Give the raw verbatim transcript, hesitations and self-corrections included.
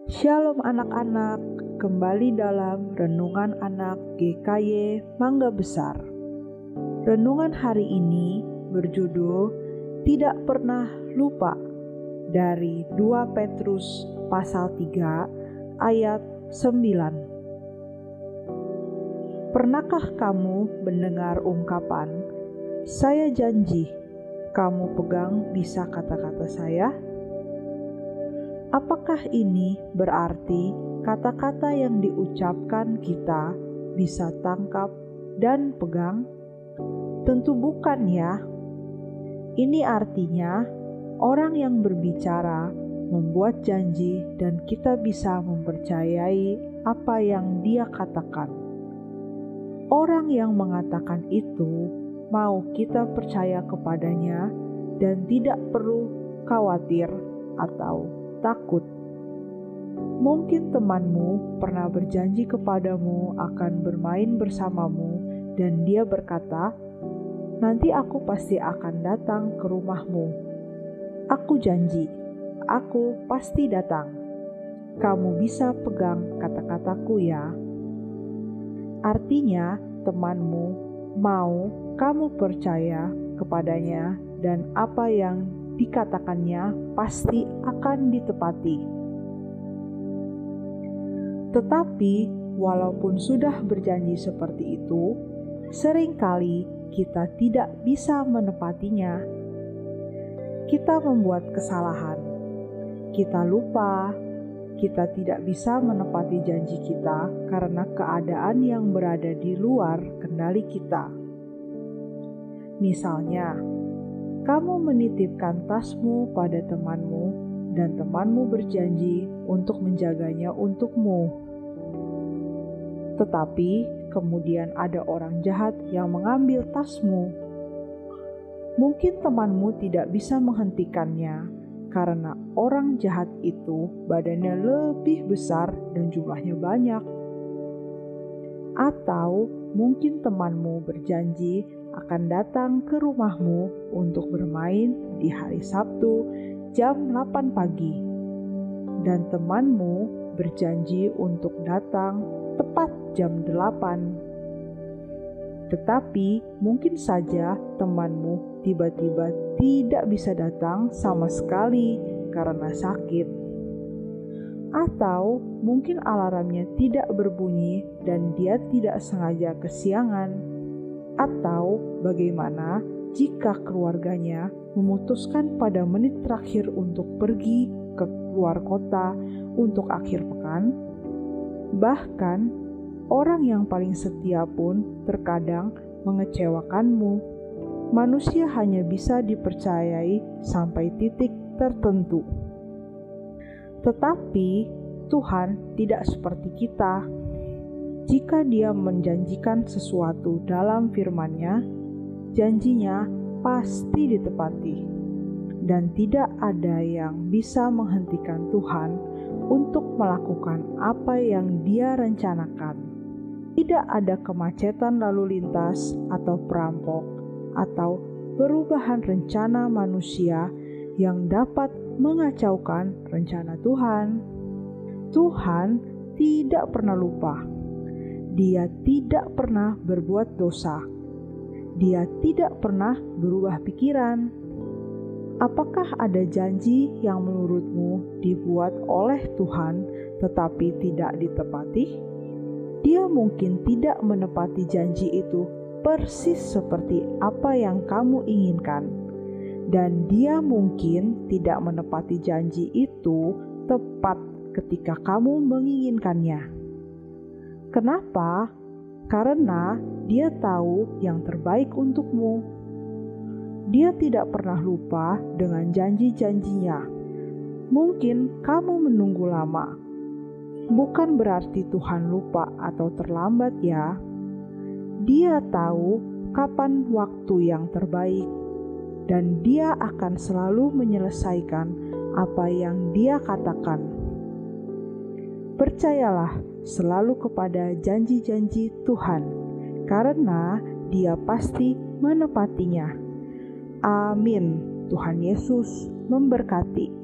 Shalom anak-anak, kembali dalam Renungan Anak G K Y Mangga Besar. Renungan hari ini berjudul Tidak Pernah Lupa dari dua Petrus pasal tiga ayat sembilan. Pernahkah kamu mendengar ungkapan, "Saya janji, kamu pegang bisa kata-kata saya"? Apakah ini berarti kata-kata yang diucapkan kita bisa tangkap dan pegang? Tentu bukan ya. Ini artinya orang yang berbicara membuat janji dan kita bisa mempercayai apa yang dia katakan. Orang yang mengatakan itu mau kita percaya kepadanya dan tidak perlu khawatir atau takut. Mungkin temanmu pernah berjanji kepadamu akan bermain bersamamu dan dia berkata, "Nanti aku pasti akan datang ke rumahmu. Aku janji, aku pasti datang. Kamu bisa pegang kata-kataku ya." Artinya, temanmu mau kamu percaya kepadanya dan apa yang dikatakannya pasti akan ditepati. Tetapi walaupun sudah berjanji seperti itu, seringkali kita tidak bisa menepatinya. Kita membuat kesalahan, kita lupa, kita tidak bisa menepati janji kita karena keadaan yang berada di luar kendali kita. Misalnya, kamu menitipkan tasmu pada temanmu dan temanmu berjanji untuk menjaganya untukmu. Tetapi kemudian ada orang jahat yang mengambil tasmu. Mungkin temanmu tidak bisa menghentikannya karena orang jahat itu badannya lebih besar dan jumlahnya banyak. Atau mungkin temanmu berjanji akan datang ke rumahmu untuk bermain di hari Sabtu jam delapan pagi. Dan temanmu berjanji untuk datang tepat jam delapan. Tetapi mungkin saja temanmu tiba-tiba tidak bisa datang sama sekali karena sakit. Atau mungkin alarmnya tidak berbunyi dan dia tidak sengaja kesiangan. Atau bagaimana jika keluarganya memutuskan pada menit terakhir untuk pergi ke luar kota untuk akhir pekan? Bahkan orang yang paling setia pun terkadang mengecewakanmu. Manusia hanya bisa dipercayai sampai titik tertentu. Tetapi Tuhan tidak seperti kita. Jika Dia menjanjikan sesuatu dalam firman-Nya, janjinya pasti ditepati. Dan tidak ada yang bisa menghentikan Tuhan untuk melakukan apa yang Dia rencanakan. Tidak ada kemacetan lalu lintas atau perampok atau perubahan rencana manusia yang dapat mengacaukan rencana Tuhan. Tuhan tidak pernah lupa. Dia tidak pernah berbuat dosa. Dia tidak pernah berubah pikiran. Apakah ada janji yang menurutmu dibuat oleh Tuhan tetapi tidak ditepati? Dia mungkin tidak menepati janji itu persis seperti apa yang kamu inginkan. Dan dia mungkin tidak menepati janji itu tepat ketika kamu menginginkannya. Kenapa? Karena Dia tahu yang terbaik untukmu. Dia tidak pernah lupa dengan janji-janjinya. Mungkin kamu menunggu lama. Bukan berarti Tuhan lupa atau terlambat ya. Dia tahu kapan waktu yang terbaik. Dan Dia akan selalu menyelesaikan apa yang Dia katakan. Percayalah selalu kepada janji-janji Tuhan, karena Dia pasti menepatinya. Amin. Tuhan Yesus memberkati.